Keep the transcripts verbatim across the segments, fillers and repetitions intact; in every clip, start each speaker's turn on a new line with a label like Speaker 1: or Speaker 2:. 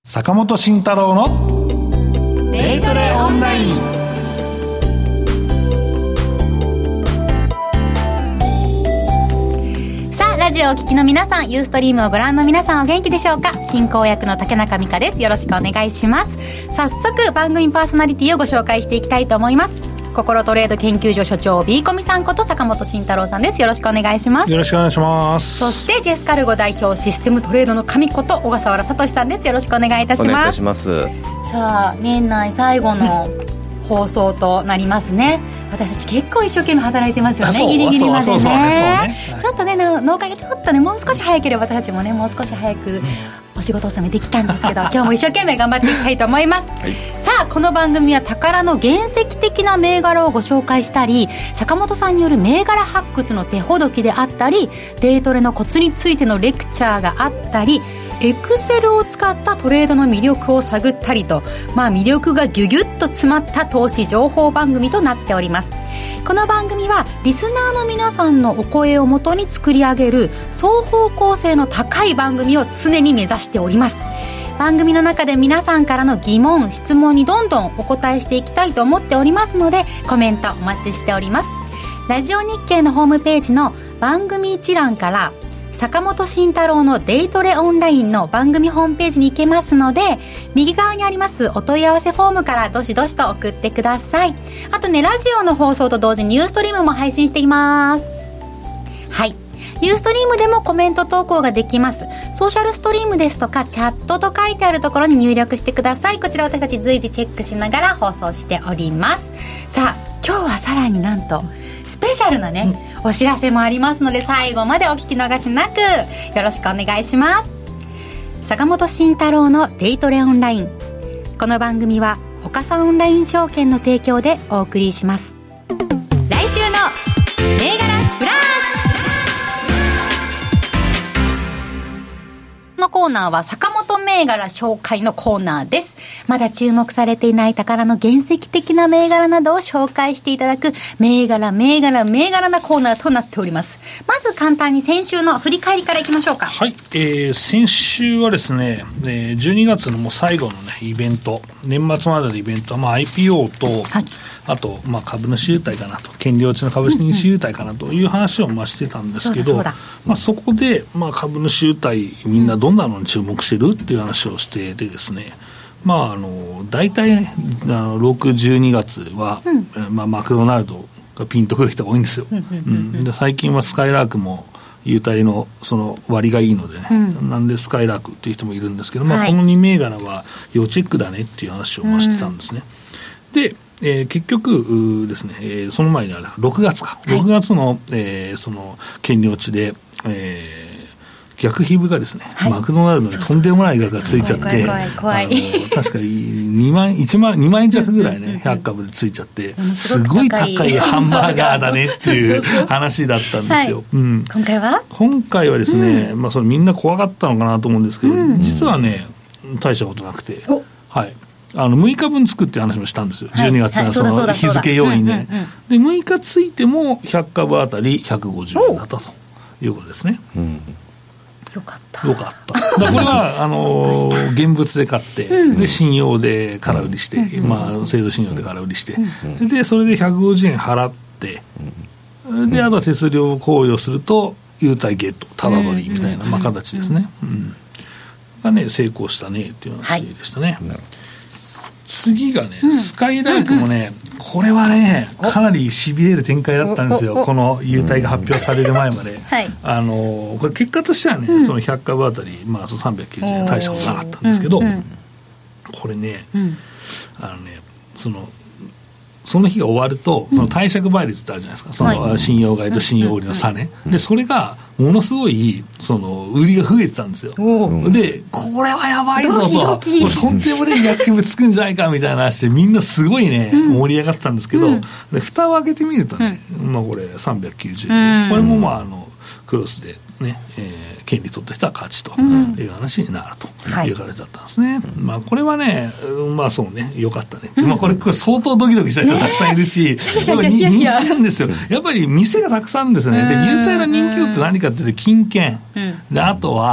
Speaker 1: 坂本慎太郎のデイトレオンライン。
Speaker 2: さあ、ラジオをお聞きの皆さん、ユーストリームをご覧の皆さん、お元気でしょうか。進行役の竹中美香です。よろしくお願いします。早速番組パーソナリティをご紹介していきたいと思います。心トレード研究所所長 B コミさんこと坂本慎太郎さんです。よろしくお願いします。
Speaker 1: よろしくお願いします。
Speaker 2: そしてジェスカルゴ代表システムトレードの神こと小笠原聡さんです。よろしくお願いいたします。
Speaker 3: お願いいたします。
Speaker 2: さあ、年内最後の放送となりますね。私たち結構一生懸命働いてますよね。ギリギリまでね。ちょっとね、農会がちょっとね、もう少し早ければ私たちもね、もう少し早くお仕事納めできたんですけど、今日も一生懸命頑張っていきたいと思います、はい、さあ、この番組は宝の原石的な銘柄をご紹介したり、坂本さんによる銘柄発掘の手ほどきであったり、デイトレのコツについてのレクチャーがあったり、エクセルを使ったトレードの魅力を探ったりと、まあ、魅力がギュギュッと詰まった投資情報番組となっております。この番組はリスナーの皆さんのお声をもとに作り上げる双方向性の高い番組を常に目指しております。番組の中で皆さんからの疑問質問にどんどんお答えしていきたいと思っておりますので、コメントお待ちしております。ラジオ日経のホームページの番組一覧から坂本慎太郎のデイトレオンラインの番組ホームページに行けますので、右側にありますお問い合わせフォームからどしどしと送ってください。あとね、ラジオの放送と同時にユーストリームも配信しています。はい、ユーストリームでもコメント投稿ができます。ソーシャルストリームですとかチャットと書いてあるところに入力してください。こちら私たち随時チェックしながら放送しております。さあ、今日はさらになんとスペシャルなね、うん、お知らせもありますので、最後までお聞き逃しなくよろしくお願いします。坂本慎太郎のデイトレオンライン。この番組は岡三オンライン証券の提供でお送りします。来週の銘柄フラッシュのコーナーは坂本銘柄紹介のコーナーです。まだ注目されていない宝の原石的な銘柄などを紹介していただく銘柄銘柄銘柄なコーナーとなっております。まず簡単に先週の振り返りからいきましょうか。
Speaker 1: はい、えー、先週はですね、えー、じゅうにがつのもう最後のねイベント、年末までのイベントは、まあ、アイピーオー と、はい、あと、まあ、株主優待かなと、権利落ちの株主優待かなという話をまあしてたんですけど、まあ、そこで、まあ、株主優待みんなどんなのに注目してるっていう話をしててですね、まあ、あの大体ね、あのろく、じゅうにがつは、うんまあ、マクドナルドがピンとくる人が多いんですよ、うん、で最近はスカイラークも優待のその割がいいのでね、うん、なんでスカイラークっていう人もいるんですけど、まあ、このに銘柄は要チェックだねっていう話をまあしてたんですね、うん、で、えー、結局ですね、えー、その前にあれろくがつか、はい、ろくがつの、えー、その権利落ちで、えー逆皮膚がですね、はい、マクドナルドにとんでもない額がついちゃって、確かにまんいちまんにまんえん弱ぐらいねひゃっかぶでついちゃって、すごい高いハンバーガーだねっていう話だったんですよ、はいうん、
Speaker 2: 今回は
Speaker 1: 今回はですね、うんまあ、それみんな怖かったのかなと思うんですけど、うん、実はね大したことなくて、はい、あのむいかぶんつくっていう話もしたんですよ、はい、じゅうにがつのその日付要因で、ねうんうんうん、でむいかついてもひゃっかぶあたりひゃくごじゅうえんだったということですね、うん
Speaker 2: よかった
Speaker 1: よかっただからこれはあの現物で買って、うん、で信用で空売りして、うんまあ、制度信用で空売りして、うん、でそれでひゃくごじゅうえん払って、うん、であとは手数料を考慮すると優待ゲットタダ取りみたいな、うんまあ、形ですね、うん、がね成功したねっていう話でしたね、はい、次がね、うん、スカイラークもね、うんうん、これはねかなりしびれる展開だったんですよ。この優待が発表される前まで、はい、あのこれ結果としてはね、うん、そのひゃっかぶあたり、まあ、そのさんびゃくきゅうじゅうえん大したことなかったんですけど、うんうん、これね、うん、あのねそのその日が終わると、その貸借倍率ってあるじゃないですか、その信用買いと信用売りの差ね、でそれがものすごいその売りが増えてたんですよ。でこれはやばいぞと、もうとんでもない逆部つくんじゃないかみたいな話でみんなすごいね、うん、盛り上がってたんですけど、うん、で蓋を開けてみるとね、うんまあ、これさんびゃくきゅうじゅうえん、うん、これもまああのクロスでね、えー、権利取った人は勝ちという話になるという形だったんですね、うんまあ、これはねまあそうねよかったね、まあ、これ、これ相当ドキドキした人たくさんいるし、やっぱり人気なんですよ。やっぱり店がたくさんですね。で優待の人気度って何かっていうと金券、うん、であとは、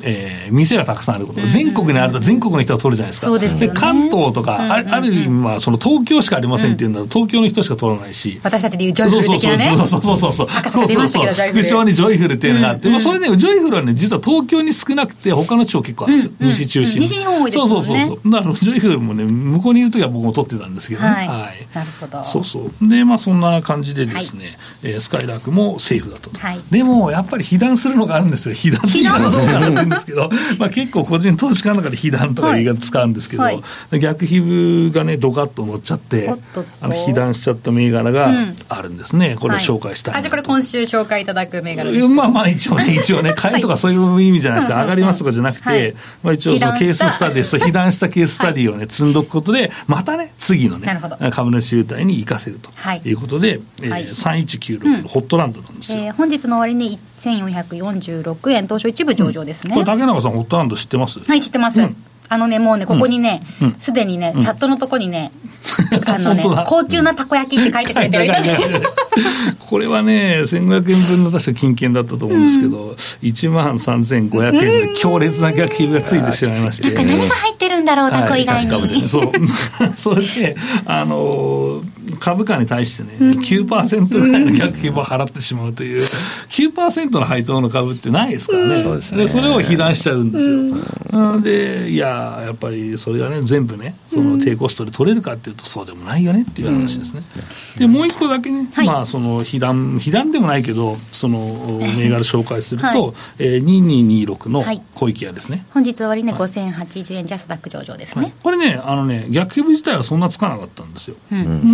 Speaker 1: えー、店がたくさんあること、うん、全国にあると全国の人が取るじゃないですか。
Speaker 2: そうですよね。
Speaker 1: で関東とか、うんうんうん、あ, ある意味はその東京しかありませんっていうのは、うん、東京の人しか取らないし、
Speaker 2: 私たちでいうジョイフル的なね、
Speaker 1: そうそうそうそうそう赤坂出ましたけど、福島にジョイフルっていうのがあって、うんうん、まあ、それねジョイフルはね実は東京に少なくて他の地方結構あるんですよ、うんうん、西中心、
Speaker 2: 西日本多いですもんね。
Speaker 1: そうそうそうそう、だからジョイフルもね向こうにいるときは僕も取ってたんですけどね、
Speaker 2: はいはい、なるほど。
Speaker 1: そうそうで、まあ、そんな感じでですね、はい、えー、スカイラークもセーフだと、はい、でもやっぱり被弾するのがあるんですよ。被弾って言い方どうかなって言うんですけどまあ結構個人投資家の中で被弾とか言い方使うんですけど、はいはい、逆皮膚がねドカッと乗っちゃってあの被弾しちゃった銘柄があるんですね、うん、これを紹介したいなと、はい、あ、じゃあこれ今週紹介いただく銘柄です。まあまあ一応ね一応ね買いとかそういう意味じゃないですか、はい、上がりますとかじゃなくて、はい、まあ、一応そのケーススタディ被弾したケーススタディをね積んどくことでまたね次のね株主優待に生かせるということで、はい、えー、さんいちきゅうろくのホットランドなんですよ、うん、えー、本日の終値にせんよんひゃくよんじゅうろくえん、東証一部上場ですね、うん、これ竹中さんホットランド知ってます？はい、知ってます、うん、あのねもうねここにねすで、うん、にね、うん、チャットのとこにねあのね高級なたこ焼きって書いてくれてる人でこれはねせんごひゃくえんぶんの確か金券だったと思うんですけど、うん、いちまんさんぜんごひゃくえんで強烈な逆皮膚がついてしまいまして、うん、何が入ってるんだろうタコ以外に、はい、そうそれであの株価に対してね、うん、きゅうパーセント ぐらいの逆皮膚を払ってしまうという きゅうパーセント の配当の株ってないですからね、うん、そうですね。でそれを被弾しちゃうんですよ、うん、でいややっぱりそれがね全部ねその低コストで取れるかっていうとそうでもないよねっていう話ですね、うん、でもう一個だけね、はい、まあその被弾被弾でもないけどその銘柄紹介すると、はい、えー、にせんにひゃくにじゅうろくの小池屋ですね、はい、本日終わりね、はい、ごせんはちじゅうえんジャスダック上場ですね、はい、これねあのね逆皮膚自体はそんなつかなかったんですよ、うん、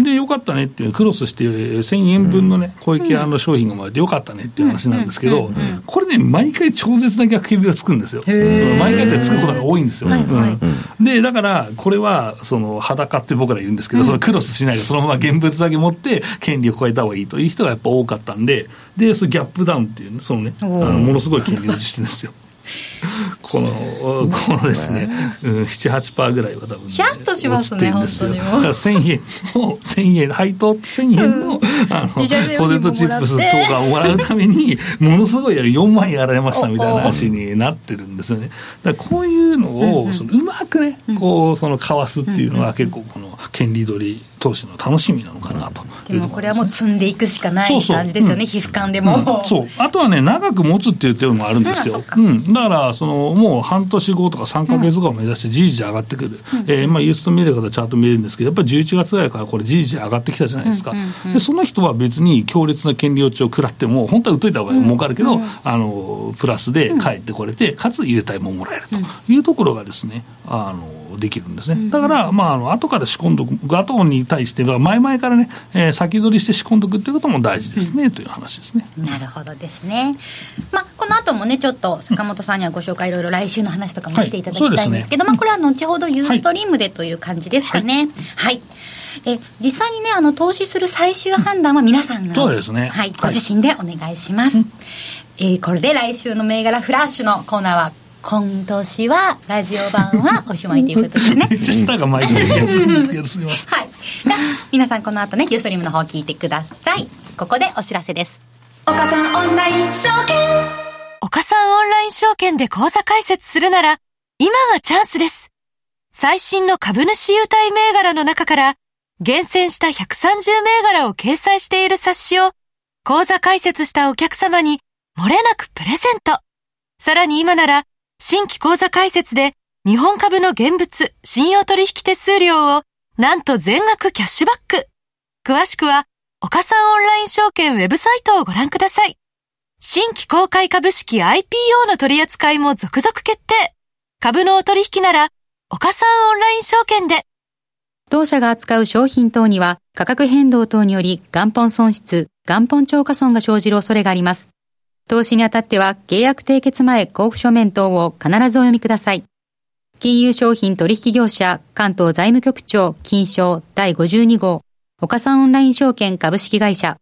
Speaker 1: でよかったねっていうクロスしてせんえんぶんのね小池屋の商品が生まれてよかったねっていう話なんですけど、これね毎回超絶な逆皮膚がつくんですよ。毎回ってつくことが多いんですよ、はいはい、うん、でだからこれはその裸って僕ら言うんですけど、うん、そのクロスしないでそのまま現物だけ持って権利を超えた方がいいという人がやっぱ多かったんで、でそのギャップダウンっていう、ね、そのねあのものすごい権利を持ちしてるんですよこのこのですね、うん、ななじゅうはちパーセント ぐらいは多分、ね、ヒャッとしますね本当にもうだからせんえんのせんえん配当せんえんの、うん、あのポテトチップスとかをもらうためにものすごいよんまんえんやられましたみたいな話になってるんですよね。だからこういうのを、うんうん、そのうまくねこうそのかわすっていうのは結構この権利取り投資の楽しみなのかなというところですね。でもこれはもう積んでいくしかない感じですよね。そうそう、うん、皮膚感でも、うん、そうあとはね長く持つっていう手もあるんですよ、うん、だからそのもう半年後とかさんかげつごを目指してじりじり上がってくる、うん、えー、まあユースト見る方チャート見れるんですけどやっぱりじゅういちがつぐらいからこれじりじり上がってきたじゃないですか、うんうんうん、でその人は別に強烈な権利落ちを食らっても本当は売っといた方が儲かるけど、うんうん、あのプラスで帰ってこれてかつ優待ももらえるというところがですねあのできるんですね。だから、まあ、あの後から仕込んどく後に対しては前々からね、えー、先取りして仕込んどくっていうことも大事ですね、うん、という話ですね。なるほどですね。まあ、この後もねちょっと坂本さんにはご紹介いろいろ来週の話とかもしていただきたいんですけど、はい、ね、まあ、これは後ほどユーストリームでという感じですかね。はい、はい、え実際にねあの投資する最終判断は皆さんが、そうですね、はい、ご自身でお願いします、はい、えー、これで来週の銘柄フラッシュのコーナーは今年はラジオ版はおしまいということですねめっちゃ舌が巻いてる気がするんですけどすみません、はい、皆さんこの後ねユーストリームの方聞いてください。ここでお知らせです。岡さんオンライン証券、岡さんオンライン証券で口座開設するなら今がチャンスです。最新の株主優待銘柄の中から厳選したひゃくさんじゅう銘柄を掲載している冊子を口座開設したお客様に漏れなくプレゼント。さらに今なら新規口座開設で日本株の現物信用取引手数料をなんと全額キャッシュバック。詳しくは岡さんオンライン証券ウェブサイトをご覧ください。新規公開株式 アイピーオー の取り扱いも続々決定。株のお取引なら岡さんオンライン証券で。当社が扱う商品等には価格変動等により元本損失、元本超過損が生じる恐れがあります。投資にあたっては契約締結前交付書面等を必ずお読みください。金融商品取引業者関東財務局長金商だいごじゅうに号岡さんオンライン証券株式会社。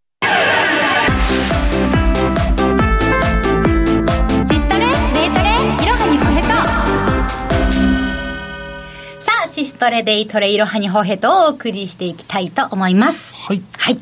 Speaker 1: チストレデイトレいろはにほへと。さあチストレデイトレいろはにほへとをお送りしていきたいと思います。はい、はい、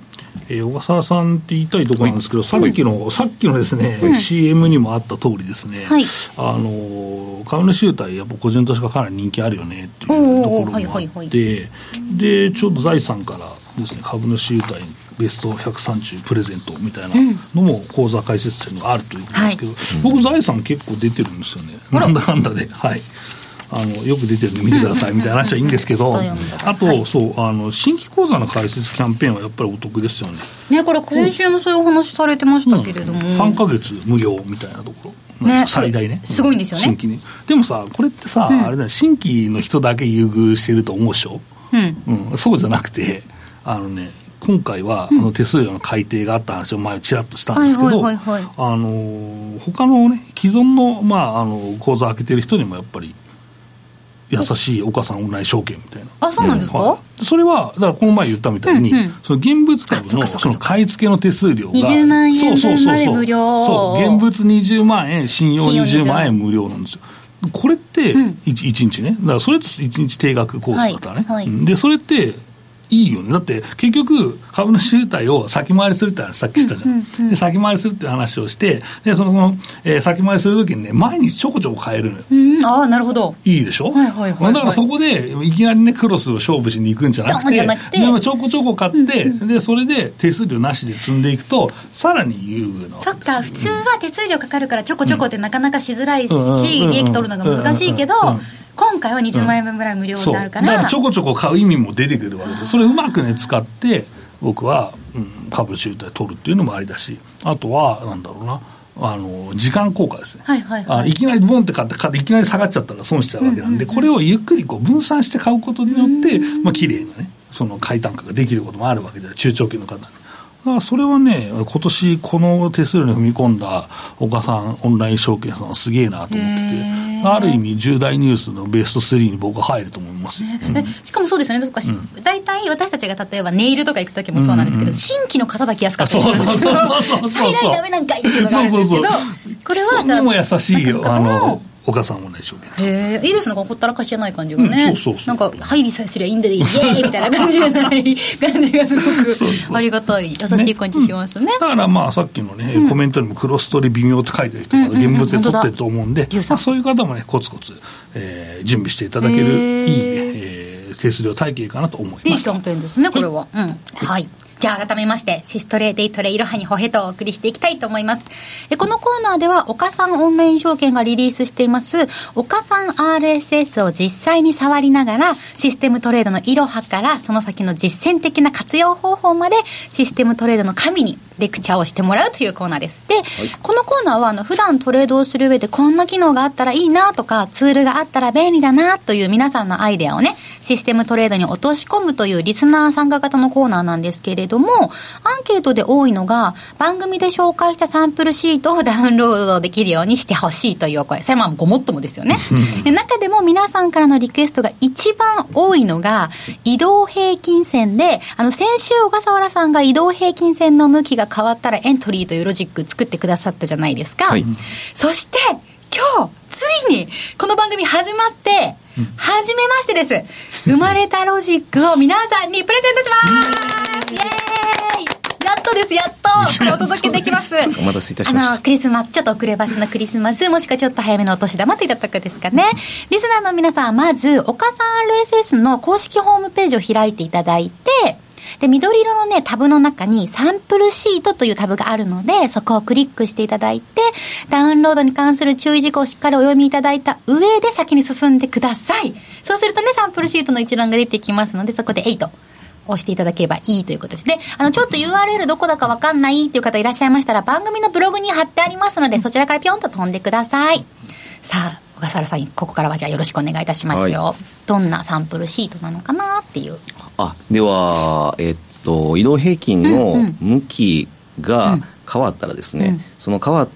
Speaker 1: えー、小笠原さんって言いたいところなんですけど、はい、さっきの、はい、さっきのですね、うん、シーエム にもあった通りですね、はい、あの株主優待やっぱ個人投資家かなり人気あるよねっていうところもあって、はいはいはい、でちょうど財産からですね株主優待ベストひゃくさんじゅうプレゼントみたいなのも口座開設者にあるということですけど、はい、僕財産結構出てるんですよね、なんだかんだで、はい、あのよく出てるんで見てくださいみたいな話はいいんですけど、あと、はい、そうあの新規口座の開設キャンペーンはやっぱりお得ですよね。
Speaker 2: ね、これ先週もそういうお話されてましたけれども、うん、
Speaker 1: さんかげつ無料みたいなところ、ね、最大ね、
Speaker 2: すごいんですよね、
Speaker 1: 新規に。でもさこれってさ、うん、あれだよ、新規の人だけ優遇してると思うでしょ、うんうん、そうじゃなくてあのね今回は、うん、あの手数料の改定があった話を前ちらっとしたんですけど、はいはいはいはい、あの他のね既存の、まあ、あの口座開けてる人にもやっぱり優しい岡さんオンライン証券みたいな。
Speaker 2: あ、そうなんですか、はい、
Speaker 1: それはだからこの前言ったみたいに、うんうん、その現物株のその買い付けの手数料が
Speaker 2: にじゅうまんえん分まで無料。
Speaker 1: そう現物にじゅうまんえん信用にじゅうまんえん無料なんですよ。これって いち,、うん、いちにちね、だからそれっていちにち定額コースだったらね、はいはい、でそれっていいよね。だって結局株主優待を先回りするって話さっきしたじゃん、うんうんうん、で先回りするって話をしてでそのその、えー、先回りするときにね毎日ちょこちょこ変えるのよ、うん、あ
Speaker 2: あなるほど、
Speaker 1: いいでしょ、
Speaker 2: はいはいはいはい、
Speaker 1: だからそこでいきなりねクロスを勝負しに行くんじゃなくて、でもちょこちょこ買って、うんうん、でそれで手数料なしで積んでいくとさらに優遇なわけです。
Speaker 2: そっか、普通は手数料かかるからちょこちょこってなかなかしづらいし、うん、利益取るのが難しいけど、うんうんうんうん、今回はにじゅうまんえんぶんぐらい無料になるから、うん、
Speaker 1: だからちょこちょこ買う意味も出てくるわけで、それうまくね使って僕は、うん、株主優待取るっていうのもありだし、あとはなんだろうな、あの時間効果ですね、はいはいはい、あいきなりボンって買って買っていきなり下がっちゃったら損しちゃうわけなんで、うんうんうん、これをゆっくりこう分散して買うことによって、うんまあ綺麗なねその買い単価ができることもあるわけで、中長期の方に。だからそれはね今年この手数料に踏み込んだ岡さんオンライン証券さんはすげえなと思ってて、ある意味重大ニュースのベストスリーに僕は入ると思います、ね
Speaker 2: うん、しかもそうですよね、大体、うん、私たちが例えばネイルとか行くときもそうなんですけど、うんうん、新規の方だけ安かったりするんですよ。最大ダメなんかいっていうのがあるんですけど、そうそうそう、これはじゃあ
Speaker 1: にも優しいよ、あの岡さんもね証券。
Speaker 2: へえ、いいですね、ほったらかしじゃない感じがね、
Speaker 1: うん、そうそうそう、
Speaker 2: なんか入りさえすりゃいいんでイエーイみたいな感じじゃない感じがすごくそうそうありがたい優しい感じしますね、
Speaker 1: ね、うん、だからまあさっきのね、うん、コメントにもクロス取り微妙って書いてる人が現物で取ってると思うんで、うんうんうん、まあ、そういう方もねコツコツ、えー、準備していただけるいい、ねえー、手数料体系かなと思います。
Speaker 2: いいキャンペーンですねこれは、はい、うん、はい。じゃあ改めましてシストレデイトレイロハにホヘとお送りしていきたいと思います。えこのコーナーでは岡さんオンライン証券がリリースしています岡さん アールエスエス を実際に触りながらシステムトレードのイロハからその先の実践的な活用方法までシステムトレードの神にレクチャーをしてもらうというコーナーです。で、はい、このコーナーはあの普段トレードをする上でこんな機能があったらいいなとかツールがあったら便利だなという皆さんのアイデアをねシステムトレードに落とし込むというリスナー参加型のコーナーなんですけれども、アンケートで多いのが番組で紹介したサンプルシートをダウンロードできるようにしてほしいというお声、それはまあごもっともですよね中でも皆さんからのリクエストが一番多いのが移動平均線で、あの先週小笠原さんが移動平均線の向きが変わったらエントリーというロジック作ってくださったじゃないですか、はい、そして今日ついにこの番組始まって初めましてです。生まれたロジックを皆さんにプレゼントしますイエーイ、やっとです、やっとこれお届けできます
Speaker 3: お待たせいたしました。
Speaker 2: あのクリスマス、ちょっと遅ればせのクリスマスもしくはちょっと早めのお年玉といったとこですかね。リスナーの皆さん、まず岡さん アールエスエス の公式ホームページを開いていただいて、で緑色のねタブの中にサンプルシートというタブがあるので、そこをクリックしていただいてダウンロードに関する注意事項をしっかりお読みいただいた上で先に進んでください。そうするとねサンプルシートの一覧が出てきますので、そこでエイト押していただければいいということですね。あのちょっと ユーアールエル どこだかわかんないっていう方いらっしゃいましたら、番組のブログに貼ってありますので、そちらからピョンと飛んでください。さあ小笠原さん、ここからはじゃあよろしくお願いいたしますよ、はい、どんなサンプルシートなのかなっていう。
Speaker 3: あ、ではえっと移動平均の向きが変わったらですね、うんうん、その変わった、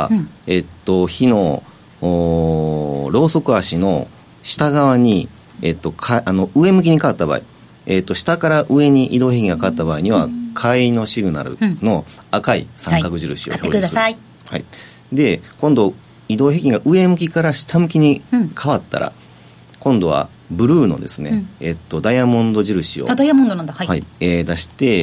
Speaker 3: うん、えっと日のろうそく足の下側に、えっと、かあの上向きに変わった場合、えっと、下から上に移動平均が変わった場合には、うん、買いのシグナルの赤い三角印を表示する、はい、はい、で今度移動平均が上向きから下向きに変わったら、うん、今度はブルーのですね、うん、えっと、ダイヤモンド印を
Speaker 2: あダイヤモンドなんだ、はい
Speaker 3: はい、えー、出して、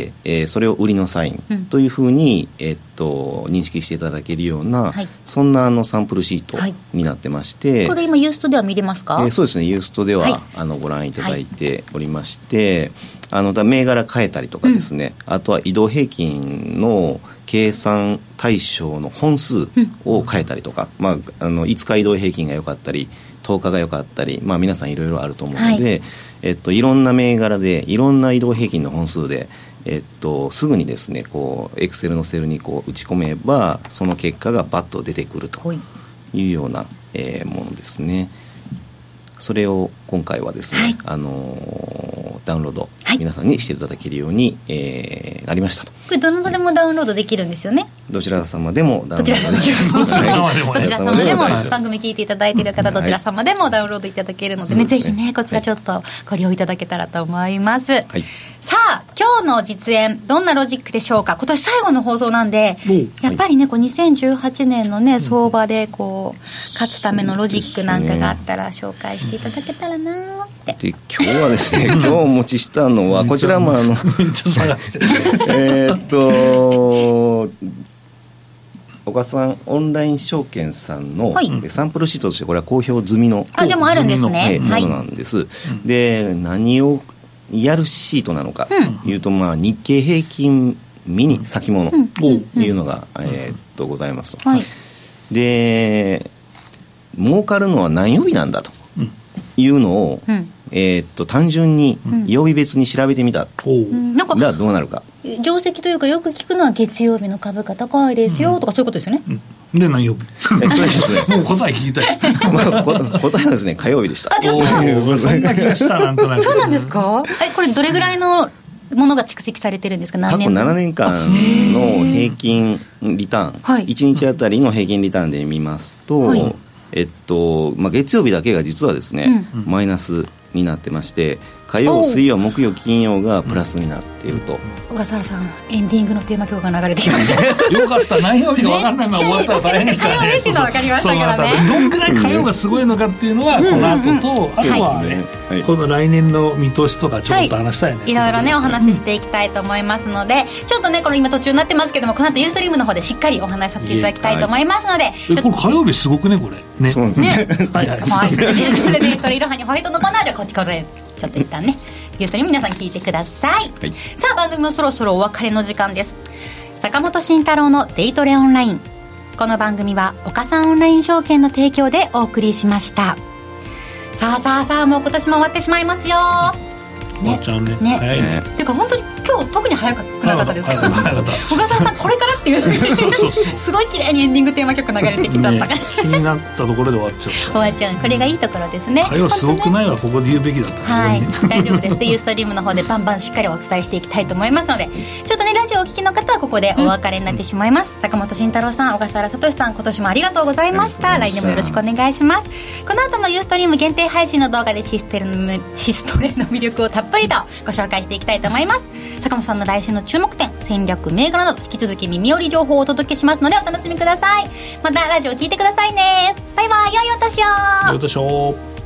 Speaker 3: えー、それを売りのサインというふうに、うん、えっと、認識していただけるような、はい、そんなあのサンプルシートになってまして、はい、
Speaker 2: これ今ユーストでは見れますか？
Speaker 3: えー、そうですね、ユーストでは、はい、あのご覧いただいておりまして、はい、あのだ銘柄変えたりとかですね、うん、あとは移動平均の計算対象の本数を変えたりとか、うん、まあ、あのいつか移動平均が良かったりとおかが良かったり、まあ、皆さんいろいろあると思うので、はい、えっと、いろんな銘柄でいろんな移動平均の本数で、えっと、すぐにですねこうエクセルのセルにこう打ち込めばその結果がバッと出てくるというような、えー、ものですね。それを今回はですね、はい、あのー、ダウンロード、はい、皆さんにしていただけるように、えー、なりましたと。こ
Speaker 2: れどなたでもダウンロードできるんですよね。
Speaker 3: どちら様でもダウンロードできます。
Speaker 2: どちら様でもどちら様でも番組聞いていただいている方どちら様でもダウンロードいただけるのでね、はい、ぜひねこちらちょっとご利用いただけたらと思います、はい、さあ今日の実演どんなロジックでしょうか。今年最後の放送なんでやっぱりねこうにせんじゅうはちねんのね相場でこう勝つためのロジックなんかがあったら紹介していただけたらなってで
Speaker 3: 今日はですね今日お持ちしたのはこちらもあの探してえっと岡さんオンライン証券さんの、はい、サンプルシートとしてこれは公表済みの
Speaker 2: あじゃあもうあるんですね、
Speaker 3: はい、ものなんです、はい、で何をやるシートなのかというと、うん、まあ、日経平均ミニ先物というのが、うん、えー、っとございますと、はい、で儲かるのは何曜日なんだというのを、うん、えー、っと単純に曜日別に調べてみた、うん、なんかではどうなるか。
Speaker 2: 定石というかよく聞くのは月曜日の株価高いですよ、うん、とかそういうことですよね、
Speaker 1: うん、で何曜日そうですねもう答え聞きたいです、
Speaker 3: まあ、答えはですね火曜日でした。
Speaker 2: あちょっと
Speaker 1: そんな気がしたなんとなく
Speaker 2: そうなんですか。えこれどれぐらいのものが蓄積されてるんですか。
Speaker 3: 過去ななねんかんの平均リターン、はい、いちにちあたりの平均リターンで見ますと、はい、えっとまあ、月曜日だけが実はですね、うん、マイナスになってまして火曜水曜木曜金曜がプラスになっていると。
Speaker 2: 小笠原さんエンディングのテーマ曲が流れてきました
Speaker 1: よかった何曜日か分かんないまま終わったら大変ですからね。
Speaker 2: 火曜日の分かりましたからね。
Speaker 1: どんぐらい火曜がすごいのかっていうのはこの後と、うんうんうん、あとはね、はい、この来年の見通しとかちょっと話したいね、はい、
Speaker 2: いろいろねお話ししていきたいと思いますので、うん、ちょっとねこれ今途中になってますけどもこの後ユーストリームの方でしっかりお話しさせていただきたいと思いますので、はい、
Speaker 1: えこれ火曜日すごくねこれね
Speaker 3: そうですね
Speaker 2: はいはいはいそれでこれいろはにホワイトのコーナーじゃこっちからちょっと一旦ねゲストに皆さん聞いてください、はい、さあ番組もそろそろお別れの時間です。坂本慎太郎のデイトレオンライン、この番組は岡三オンライン証券の提供でお送りしました。さあさあさあもう今年も終わってしまいますよ
Speaker 1: 終わっちゃうね
Speaker 2: ね
Speaker 1: 早いね。
Speaker 2: ていうか本当に今日特に早くなかったですか。小笠原さんこれからっていうそうそうそうすごい綺麗にエンディングテーマ曲流れてきちゃった、ね、
Speaker 1: 気になったところで終わっちゃう
Speaker 2: 終わっちゃうこれがいいところですね。
Speaker 1: 火曜すごくないわ、ここで言うべきだった、
Speaker 2: はい、大丈夫ですでユーストリームの方でバンバンしっかりお伝えしていきたいと思いますのでちょっとねラジオをお聞きの方はここでお別れになってしまいます、うん、坂本慎太郎さん小笠原聡さん今年もありがとうございました。来年もよろしくお願いします。この後もユーストリーム限定配信の動画でシステルのシストレの魅力をたっぷりとご紹介していきたいと思います。坂本さんの来週の注目点戦略銘柄など引き続き耳寄り情報をお届けしますのでお楽しみください。またラジオ聞いてくださいね。バイバイ。良いお年を。
Speaker 1: 良いお年を。